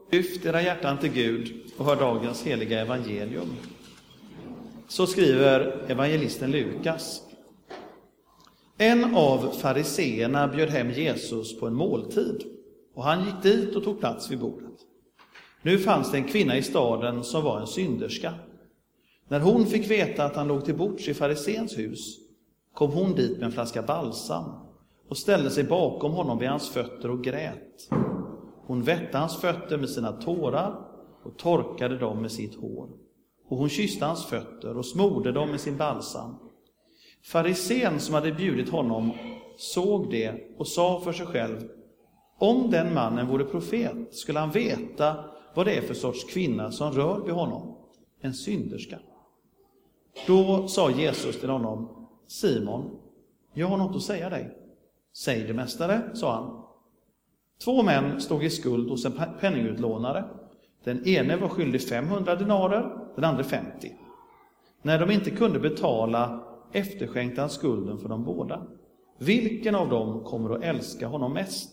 Lyft era hjärtan till Gud och hör dagens heliga evangelium. Så skriver evangelisten Lukas. En av fariseerna bjöd hem Jesus på en måltid, och han gick dit och tog plats vid bordet. Nu fanns det en kvinna i staden som var en synderska. När hon fick veta att han låg till bords i fariséns hus, kom hon dit med en flaska balsam och ställde sig bakom honom vid hans fötter och grät. Hon vätte hans fötter med sina tårar och torkade dem med sitt hår. Och hon kysste hans fötter och smorde dem med sin balsam. Farisén som hade bjudit honom såg det och sa för sig själv: om den mannen vore profet skulle han veta vad det är för sorts kvinna som rör vid honom, en synderska. Då sa Jesus till honom: Simon, jag har något att säga dig. Säg det, mästare, sa han. 2 män stod i skuld hos en penningutlånare. Den ene var skyldig 500 denarer, den andra 50. När de inte kunde betala efterskänkte han skulden för de båda. Vilken av dem kommer att älska honom mest?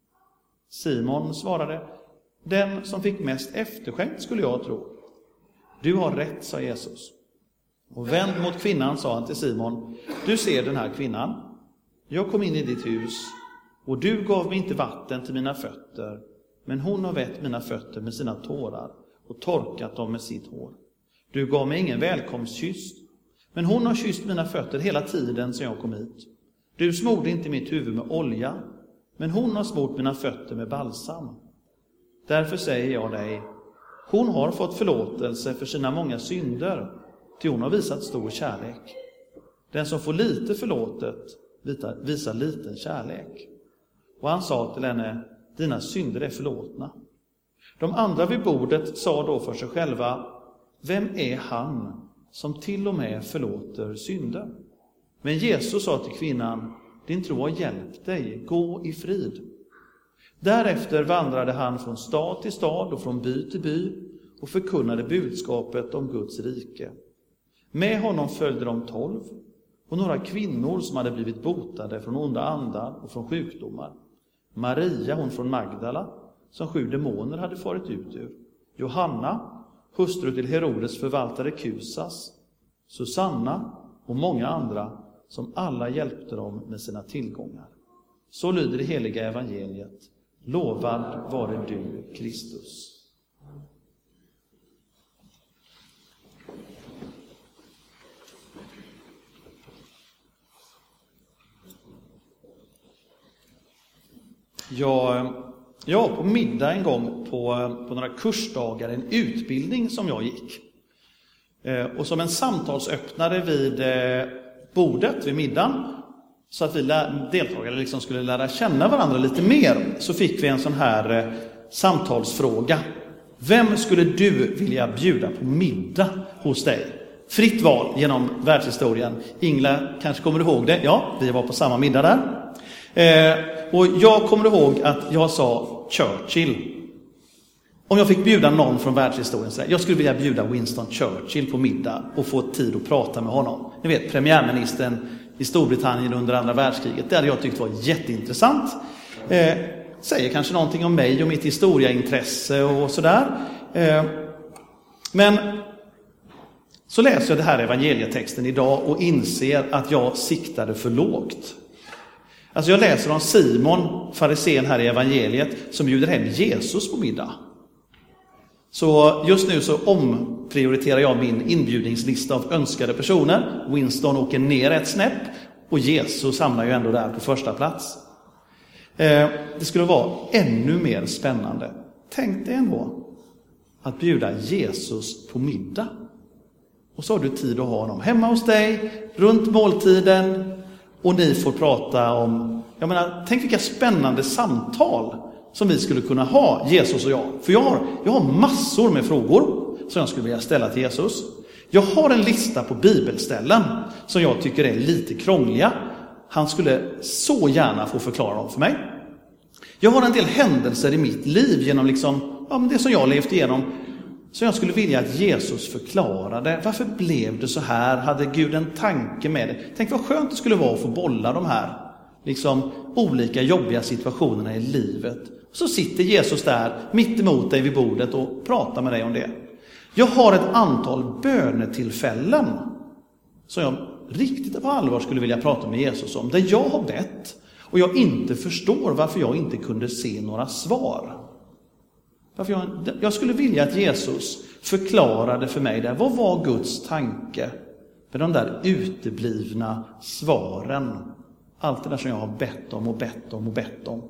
Simon svarade: den som fick mest efterskänkt, skulle jag tro. Du har rätt, sa Jesus. Och vänd mot kvinnan sa han till Simon: du ser den här kvinnan. Jag kom in i ditt hus och du gav mig inte vatten till mina fötter, men hon har vätt mina fötter med sina tårar och torkat dem med sitt hår. Du gav mig ingen välkomstkyss, men hon har kysst mina fötter hela tiden sedan jag kom hit. Du smorde inte mitt huvud med olja, men hon har smort mina fötter med balsam. Därför säger jag dig, hon har fått förlåtelse för sina många synder, till hon har visat stor kärlek. Den som får lite förlåtet visar liten kärlek. Och han sa till henne: dina synder är förlåtna. De andra vid bordet sa då för sig själva: vem är han som till och med förlåter synder? Men Jesus sa till kvinnan: din tro har hjälpt dig, gå i frid. Därefter vandrade han från stad till stad och från by till by och förkunnade budskapet om Guds rike. Med honom följde de 12 och några kvinnor som hade blivit botade från onda andar och från sjukdomar. Maria, hon från Magdala, som 7 demoner hade farit ut ur. Johanna, hustru till Herodes förvaltare Kusas. Susanna och många andra som alla hjälpte dem med sina tillgångar. Så lyder det heliga evangeliet. Lovad vare du, Kristus. Jag var på middag en gång på några kursdagar, en utbildning som jag gick. Och som en samtalsöppnare vid bordet vid middagen, så att vi deltagare liksom skulle lära känna varandra lite mer, så fick vi en sån här samtalsfråga. Vem skulle du vilja bjuda på middag hos dig? Fritt val genom världshistorien. Ingela kanske kommer ihåg det. Ja, vi var på samma middag där. Och jag kommer ihåg att jag sa Churchill. Om jag fick bjuda någon från världshistorien, så jag skulle vilja bjuda Winston Churchill på middag och få tid att prata med honom. Ni vet, premiärministern i Storbritannien under andra världskriget. Det hade jag tyckt var jätteintressant. Säger kanske någonting om mig och mitt historiaintresse och sådär. Men så läser jag det här evangelietexten idag och inser att jag siktade för lågt. Alltså jag läser om Simon, farisén här i evangeliet, som bjuder hem Jesus på middag. Så just nu så omprioriterar jag min inbjudningslista av önskade personer. Winston åker ner ett snäpp och Jesus hamnar ju ändå där på första plats. Det skulle vara ännu mer spännande. Tänk dig ändå att bjuda Jesus på middag. Och så har du tid att ha honom hemma hos dig, runt måltiden. Och ni får prata om, tänk vilka spännande samtal som vi skulle kunna ha, Jesus och jag. För jag har massor med frågor som jag skulle vilja ställa till Jesus. Jag har en lista på bibelställen som jag tycker är lite krångliga. Han skulle så gärna få förklara dem för mig. Jag har en del händelser i mitt liv genom det som jag har levt igenom, så jag skulle vilja att Jesus förklarade. Varför blev det så här? Hade Gud en tanke med det? Tänk vad skönt det skulle vara att få bolla de här olika jobbiga situationerna i livet Så sitter Jesus där mitt emot dig vid bordet och pratar med dig om det. Jag har ett antal bönetillfällen som jag riktigt på allvar skulle vilja prata med Jesus om. Där jag har bett och jag inte förstår varför jag inte kunde se några svar. Jag skulle vilja att Jesus förklarade för mig där. Vad var Guds tanke med de där uteblivna svaren? Allt det där som jag har bett om.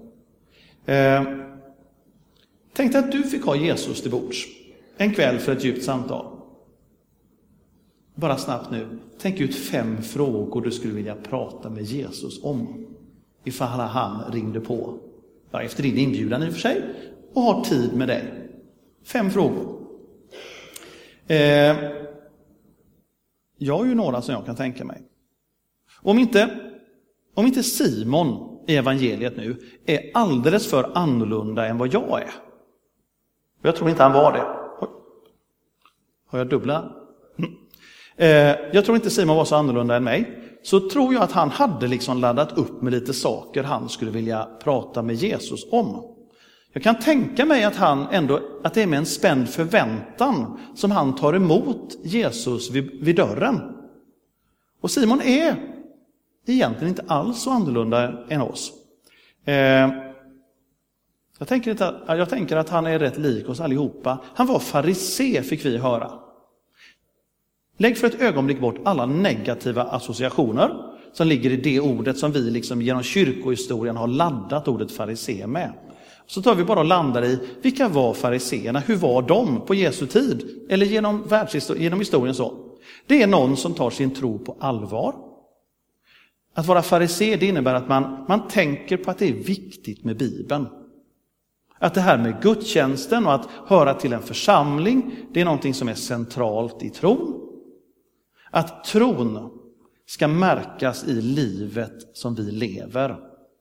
Tänk dig att du fick ha Jesus till bords en kväll för ett djupt samtal. Bara snabbt nu. Tänk ut 5 frågor du skulle vilja prata med Jesus om. Ifall han ringde på. Ja, efter din inbjudan i och för sig. Och har tid med dig. 5 frågor. Jag har ju några som jag kan tänka mig. Om inte Simon i evangeliet nu är alldeles för annorlunda än vad jag är. Jag tror inte han var det. Har jag dubbla? Jag tror inte Simon var så annorlunda än mig. Så tror jag att han hade liksom laddat upp med lite saker han skulle vilja prata med Jesus om. Jag kan tänka mig att att det är med en spänd förväntan som han tar emot Jesus vid dörren. Och Simon är egentligen inte alls så annorlunda än oss. Jag tänker att han är rätt lik oss allihopa. Han var farisé, fick vi höra. Lägg för ett ögonblick bort alla negativa associationer som ligger i det ordet som vi liksom genom kyrkohistorien har laddat ordet farisé med. Så tar vi bara och landar i, vilka var fariséerna? Hur var de på Jesu tid? Eller genom historien så? Det är någon som tar sin tro på allvar. Att vara farisé, det innebär att man tänker på att det är viktigt med Bibeln. Att det här med gudstjänsten och att höra till en församling, det är någonting som är centralt i tron. Att tron ska märkas i livet som vi lever.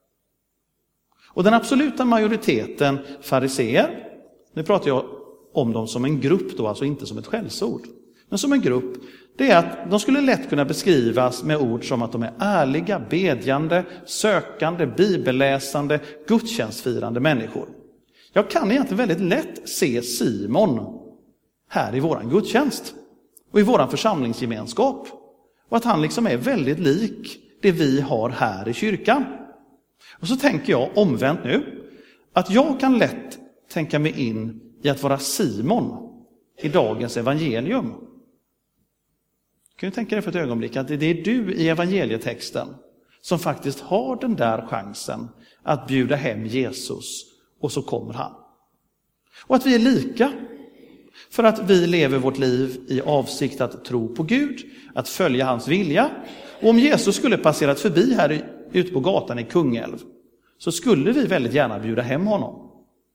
Och den absoluta majoriteten fariséer, nu pratar jag om dem som en grupp då, alltså inte som ett skällsord. Men som en grupp, det är att de skulle lätt kunna beskrivas med ord som att de är ärliga, bedjande, sökande, bibelläsande, gudstjänstfirande människor. Jag kan egentligen väldigt lätt se Simon här i våran gudstjänst och i våran församlingsgemenskap. Och att han liksom är väldigt lik det vi har här i kyrkan. Och så tänker jag omvänt nu, att jag kan lätt tänka mig in i att vara Simon i dagens evangelium. Kan du tänka dig för ett ögonblick att det är du i evangelietexten som faktiskt har den där chansen att bjuda hem Jesus, och så kommer han. Och att vi är lika, för att vi lever vårt liv i avsikt att tro på Gud, att följa hans vilja. Och om Jesus skulle passerat förbi här ute på gatan i Kungälv, så skulle vi väldigt gärna bjuda hem honom.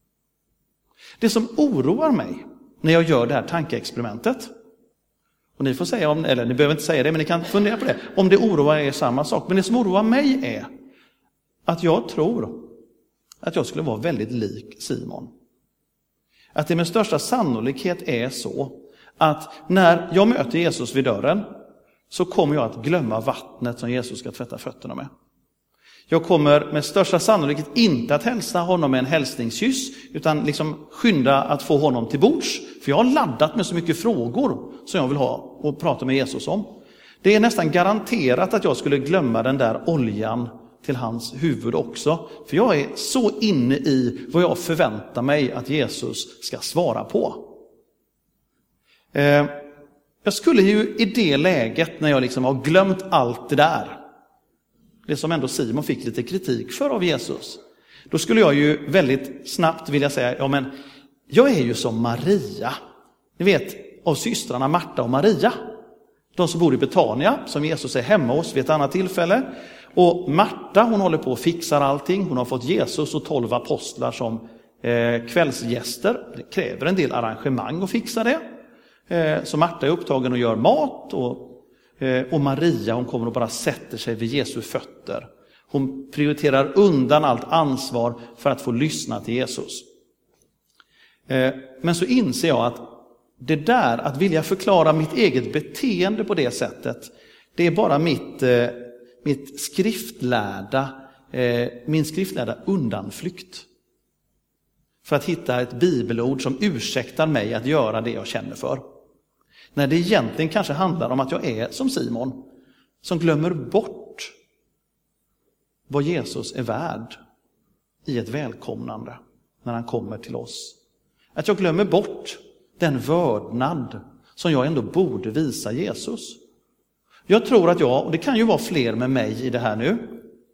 Det som oroar mig när jag gör det här tankeexperimentet, och ni får säga eller ni behöver inte säga det, men ni kan fundera på det, om det oroar er samma sak. Men det som oroar mig är att jag tror att jag skulle vara väldigt lik Simon. Att det med största sannolikhet är så att när jag möter Jesus vid dörren, så kommer jag att glömma vattnet som Jesus ska tvätta fötterna med. Jag kommer med största sannolikhet inte att hälsa honom med en hälsningskyss, utan liksom skynda att få honom till bords. För jag har laddat med så mycket frågor som jag vill ha och prata med Jesus om. Det är nästan garanterat att jag skulle glömma den där oljan till hans huvud också. För jag är så inne i vad jag förväntar mig att Jesus ska svara på. Jag skulle ju i det läget, när jag liksom har glömt allt det där, det som ändå Simon fick lite kritik för av Jesus, då skulle jag ju väldigt snabbt vilja säga, ja men jag är ju som Maria. Ni vet, av systrarna Marta och Maria. De som bor i Betania, som Jesus är hemma hos vid ett annat tillfälle. Och Marta, hon håller på och fixar allting. Hon har fått Jesus och 12 apostlar som kvällsgäster. Det kräver en del arrangemang att fixa det. Så Marta är upptagen och gör mat. Och Maria, hon kommer och bara sätter sig vid Jesu fötter. Hon prioriterar undan allt ansvar för att få lyssna till Jesus. Men så inser jag att det där, att vilja förklara mitt eget beteende på det sättet, det är bara min skriftlärda undanflykt. för att hitta ett bibelord som ursäktar mig att göra det jag känner för. När det egentligen kanske handlar om att jag är som Simon, som glömmer bort vad Jesus är värd i ett välkomnande när han kommer till oss. Att jag glömmer bort den vördnad som jag ändå borde visa Jesus. Jag tror att och det kan ju vara fler med mig i det här nu,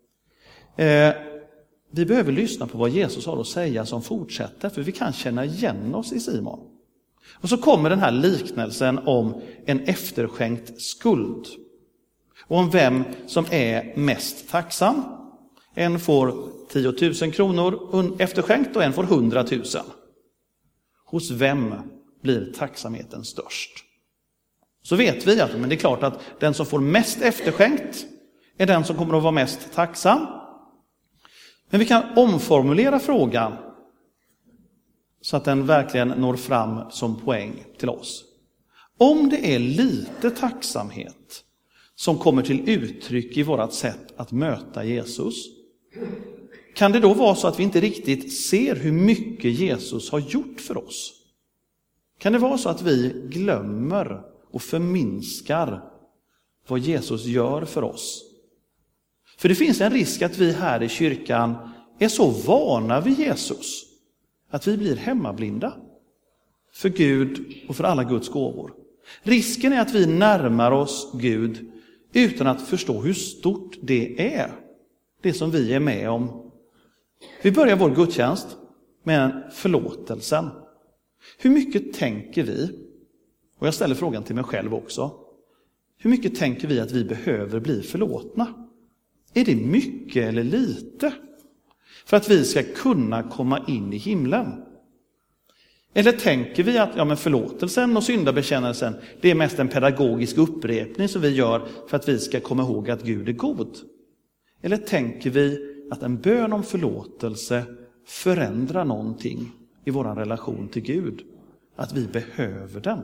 vi behöver lyssna på vad Jesus har att säga som fortsätter, för vi kan känna igen oss i Simon. Och så kommer den här liknelsen om en efterskänkt skuld. Och om vem som är mest tacksam. En får 10 000 kronor efterskänkt och en får 100 000. Hos vem blir tacksamheten störst? Så vet vi att men det är klart att den som får mest efterskänkt är den som kommer att vara mest tacksam. Men vi kan omformulera frågan så att den verkligen når fram som poäng till oss. Om det är lite tacksamhet som kommer till uttryck i vårt sätt att möta Jesus, kan det då vara så att vi inte riktigt ser hur mycket Jesus har gjort för oss? Kan det vara så att vi glömmer och förminskar vad Jesus gör för oss? För det finns en risk att vi här i kyrkan är så vana vid Jesus att vi blir hemmablinda för Gud och för alla Guds gåvor. Risken är att vi närmar oss Gud utan att förstå hur stort det är, det som vi är med om. Vi börjar vår gudstjänst med förlåtelsen. Hur mycket tänker vi, och jag ställer frågan till mig själv också, hur mycket tänker vi att vi behöver bli förlåtna? Är det mycket eller lite för att vi ska kunna komma in i himlen? Eller tänker vi att men förlåtelsen och syndabekännelsen, det är mest en pedagogisk upprepning som vi gör för att vi ska komma ihåg att Gud är god? Eller tänker vi att en bön om förlåtelse förändrar någonting i vår relation till Gud? Att vi behöver den?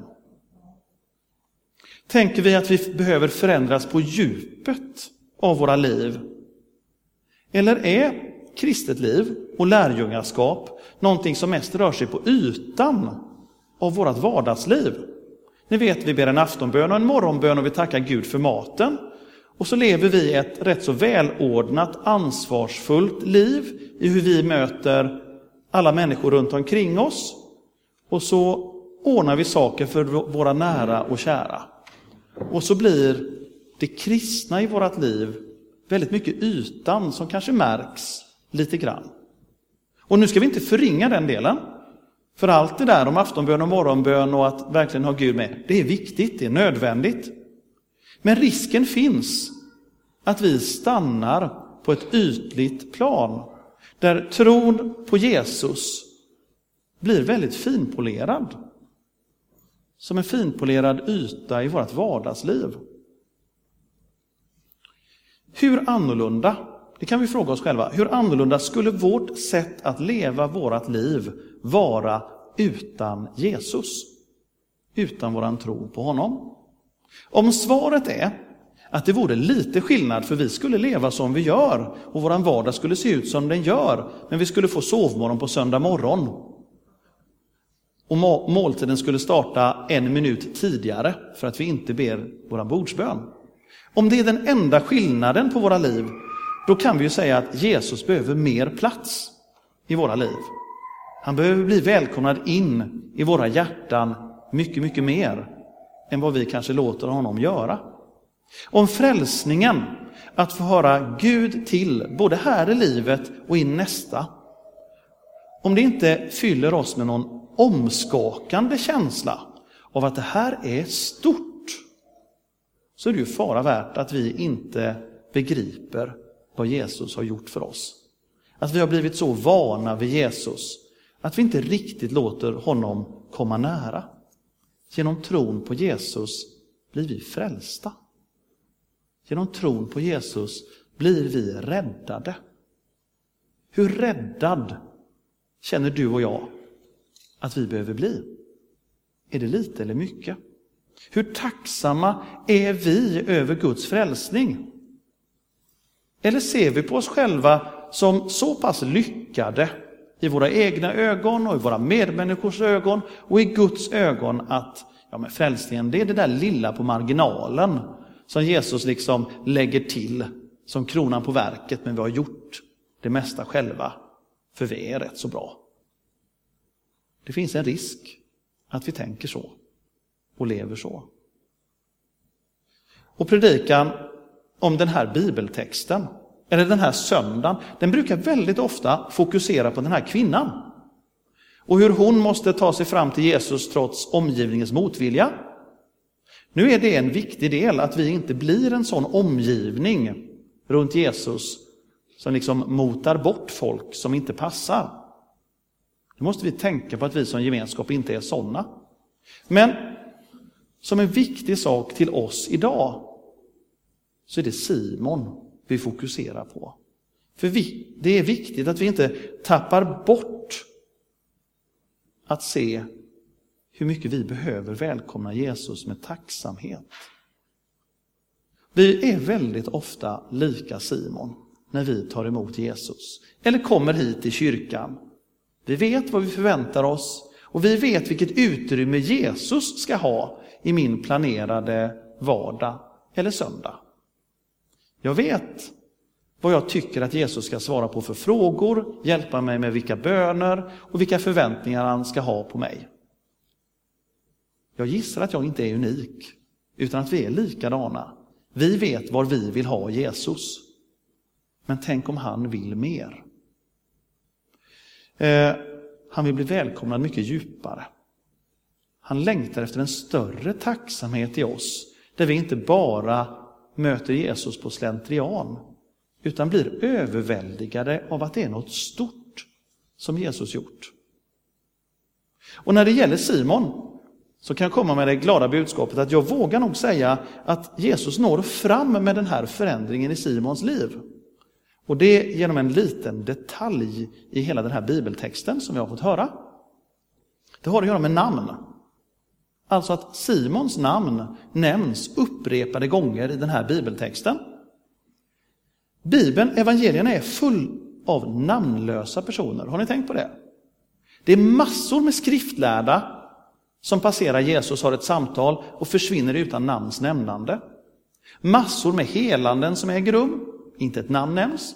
Tänker vi att vi behöver förändras på djupet av våra liv? Eller är kristet liv och lärjungaskap någonting som mest rör sig på ytan av vårt vardagsliv? Ni vet, vi ber en aftonbön och en morgonbön och vi tackar Gud för maten. Och så lever vi ett rätt så välordnat, ansvarsfullt liv i hur vi möter alla människor runt omkring oss. Och så ordnar vi saker för våra nära och kära. Och så blir det kristna i vårt liv väldigt mycket ytan som kanske märks lite grann. Och nu ska vi inte förringa den delen. För allt det där om aftonbön och morgonbön och att verkligen ha Gud med, det är viktigt, det är nödvändigt. Men risken finns att vi stannar på ett ytligt plan där tron på Jesus blir väldigt finpolerad. Som en finpolerad yta i vårt vardagsliv. Hur annorlunda, det kan vi fråga oss själva, hur annorlunda skulle vårt sätt att leva vårt liv vara utan Jesus? Utan våran tro på honom? Om svaret är att det vore lite skillnad för vi skulle leva som vi gör och våran vardag skulle se ut som den gör, men vi skulle få sovmorgon på söndag morgon och måltiden skulle starta 1 minut tidigare för att vi inte ber våran bordsbön. Om det är den enda skillnaden på våra liv, då kan vi ju säga att Jesus behöver mer plats i våra liv. Han behöver bli välkomnad in i våra hjärtan mycket, mycket mer än vad vi kanske låter honom göra. Om frälsningen, att få höra Gud till både här i livet och i nästa, om det inte fyller oss med någon omskakande känsla av att det här är stort, så är det ju fara värt att vi inte begriper vad Jesus har gjort för oss. Att vi har blivit så vana vid Jesus att vi inte riktigt låter honom komma nära. Genom tron på Jesus blir vi frälsta. Genom tron på Jesus blir vi räddade. Hur räddad känner du och jag att vi behöver bli? Är det lite eller mycket? Hur tacksamma är vi över Guds frälsning? Eller ser vi på oss själva som så pass lyckade i våra egna ögon och i våra medmänniskors ögon och i Guds ögon att men frälsningen, det är det där lilla på marginalen som Jesus liksom lägger till som kronan på verket, men vi har gjort det mesta själva för vi är rätt så bra. Det finns en risk att vi tänker så och lever så. Och predikan om den här bibeltexten eller den här söndagen, den brukar väldigt ofta fokusera på den här kvinnan och hur hon måste ta sig fram till Jesus trots omgivningens motvilja. Nu är det en viktig del att vi inte blir en sån omgivning runt Jesus som liksom motar bort folk som inte passar. Då måste vi tänka på att vi som gemenskap inte är sådana. Men som en viktig sak till oss idag så är det Simon vi fokuserar på. För det är viktigt att vi inte tappar bort att se hur mycket vi behöver välkomna Jesus med tacksamhet. Vi är väldigt ofta lika Simon när vi tar emot Jesus eller kommer hit till kyrkan. Vi vet vad vi förväntar oss och vi vet vilket utrymme Jesus ska ha i min planerade vardag eller söndag. Jag vet vad jag tycker att Jesus ska svara på för frågor, hjälpa mig med vilka böner och vilka förväntningar han ska ha på mig. Jag gissar att jag inte är unik, utan att vi är likadana. Vi vet var vi vill ha Jesus. Men tänk om han vill mer. Han vill bli välkomnad mycket djupare. Han längtar efter en större tacksamhet i oss, där vi inte bara möter Jesus på slentrian, utan blir överväldigade av att det är något stort som Jesus gjort. Och när det gäller Simon så kan jag komma med det glada budskapet att jag vågar nog säga att Jesus når fram med den här förändringen i Simons liv. Och det är genom en liten detalj i hela den här bibeltexten som vi har fått höra. Det har att göra med namn. Alltså att Simons namn nämns upprepade gånger i den här bibeltexten. Bibeln, evangelierna är full av namnlösa personer. Har ni tänkt på det? Det är massor med skriftlärda som passerar Jesus, har ett samtal och försvinner utan namns nämnande. Massor med helanden som äger rum, inte ett namn nämns.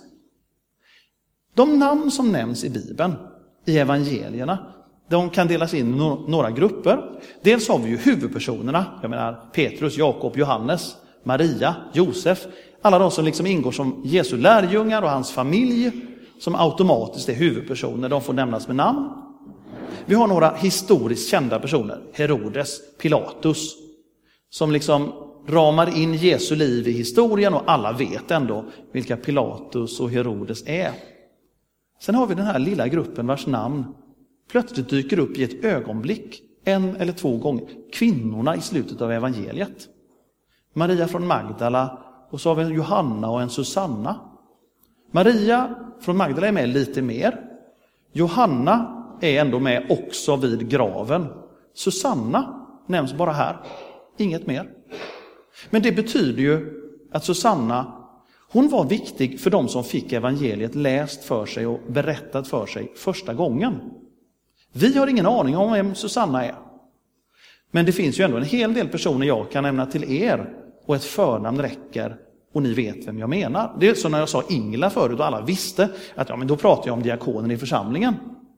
De namn som nämns i Bibeln, i evangelierna, de kan delas in i några grupper. Dels har vi ju huvudpersonerna, jag menar Petrus, Jakob, Johannes, Maria, Josef. Alla de som liksom ingår som Jesu lärjungar och hans familj som automatiskt är huvudpersoner, de får nämnas med namn. Vi har några historiskt kända personer, Herodes, Pilatus, som liksom ramar in Jesu liv i historien och alla vet ändå vilka Pilatus och Herodes är. Sen har vi den här lilla gruppen vars namn plötsligt dyker upp i ett ögonblick, en eller två gånger. Kvinnorna i slutet av evangeliet. Maria från Magdala och så har vi en Johanna och en Susanna. Maria från Magdala är med lite mer. Johanna är ändå med också vid graven. Susanna nämns bara här, inget mer. Men det betyder ju att Susanna, hon var viktig för de som fick evangeliet läst för sig och berättat för sig första gången. Vi har ingen aning om vem Susanna är. Men det finns ju ändå en hel del personer jag kan nämna till er och ett förnamn räcker och ni vet vem jag menar. Det är så när jag sa Ingela förut och alla visste att men då pratar jag om diakonen i församlingen.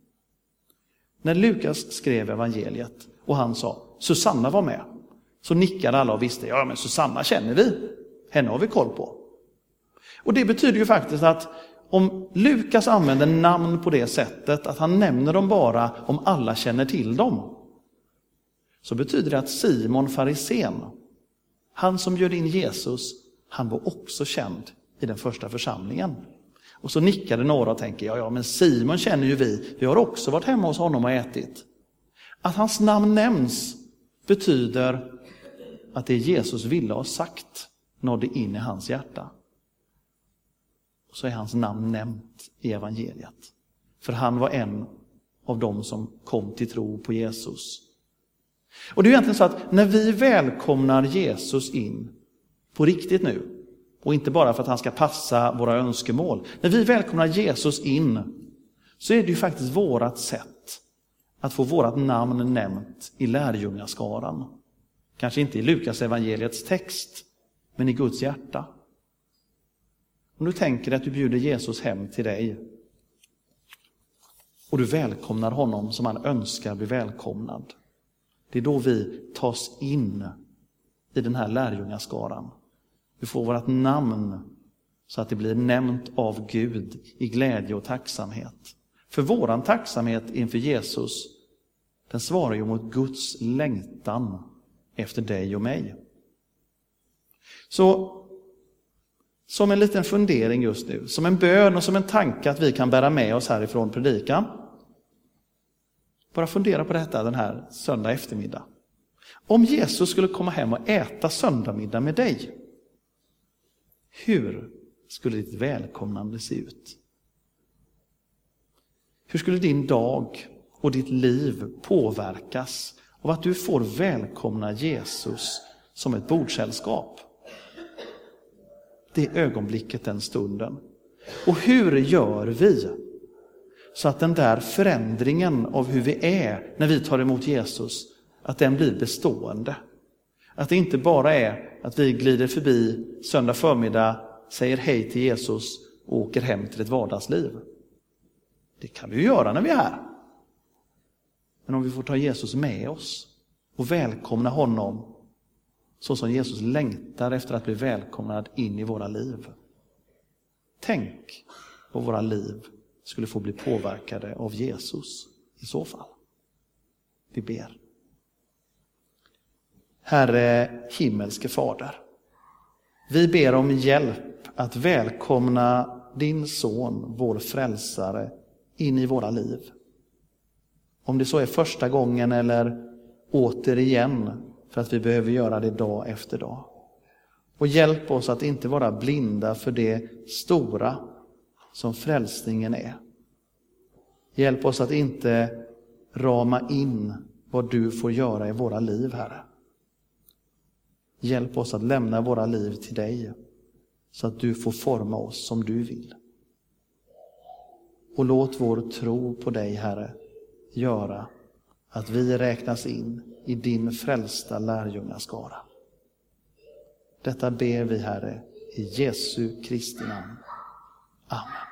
När Lukas skrev evangeliet och han sa Susanna var med, så nickade alla och visste men Susanna känner vi, henne har vi koll på. Och det betyder ju faktiskt att om Lukas använder namn på det sättet att han nämner dem bara om alla känner till dem, så betyder det att Simon farisén, han som bjöd in Jesus, han var också känd i den första församlingen. Och så nickade några och tänker, men Simon känner ju vi har också varit hemma hos honom och ätit. Att hans namn nämns betyder att det Jesus ville ha sagt nådde in i hans hjärta. Och så är hans namn nämnt i evangeliet. För han var en av dem som kom till tro på Jesus. Och det är egentligen så att när vi välkomnar Jesus in på riktigt nu, och inte bara för att han ska passa våra önskemål. När vi välkomnar Jesus in så är det ju faktiskt vårat sätt att få vårat namn nämnt i lärjungaskaran. Kanske inte i Lukas evangeliets text, men i Guds hjärta. Om du tänker att du bjuder Jesus hem till dig och du välkomnar honom som han önskar bli välkomnad. Det är då vi tas in i den här lärjungaskaran. Vi får vårt namn så att det blir nämnt av Gud i glädje och tacksamhet. För våran tacksamhet inför Jesus, den svarar ju mot Guds längtan efter dig och mig. Så som en liten fundering just nu, som en bön och som en tanke att vi kan bära med oss härifrån predikan. Bara fundera på detta den här söndag eftermiddag. Om Jesus skulle komma hem och äta söndagmiddag med dig, hur skulle ditt välkomnande se ut? Hur skulle din dag och ditt liv påverkas av att du får välkomna Jesus som ett bordsällskap? Det ögonblicket, den stunden. Och hur gör vi så att den där förändringen av hur vi är när vi tar emot Jesus, att den blir bestående? Att det inte bara är att vi glider förbi söndag förmiddag, säger hej till Jesus och åker hem till ett vardagsliv. Det kan vi ju göra när vi är här. Men om vi får ta Jesus med oss och välkomna honom så som Jesus längtar efter att bli välkomnad in i våra liv. Tänk vad våra liv skulle få bli påverkade av Jesus i så fall. Vi ber. Herre himmelske Fader, vi ber om hjälp att välkomna din son, vår frälsare, in i våra liv. Om det så är första gången eller återigen, för att vi behöver göra det dag efter dag. Och hjälp oss att inte vara blinda för det stora som frälsningen är. Hjälp oss att inte rama in vad du får göra i våra liv, Herre. Hjälp oss att lämna våra liv till dig så att du får forma oss som du vill. Och låt vår tro på dig, Herre, göra att vi räknas in i din frälsta lärjungaskara. Detta ber vi, Herre, i Jesu Kristi namn. Amen.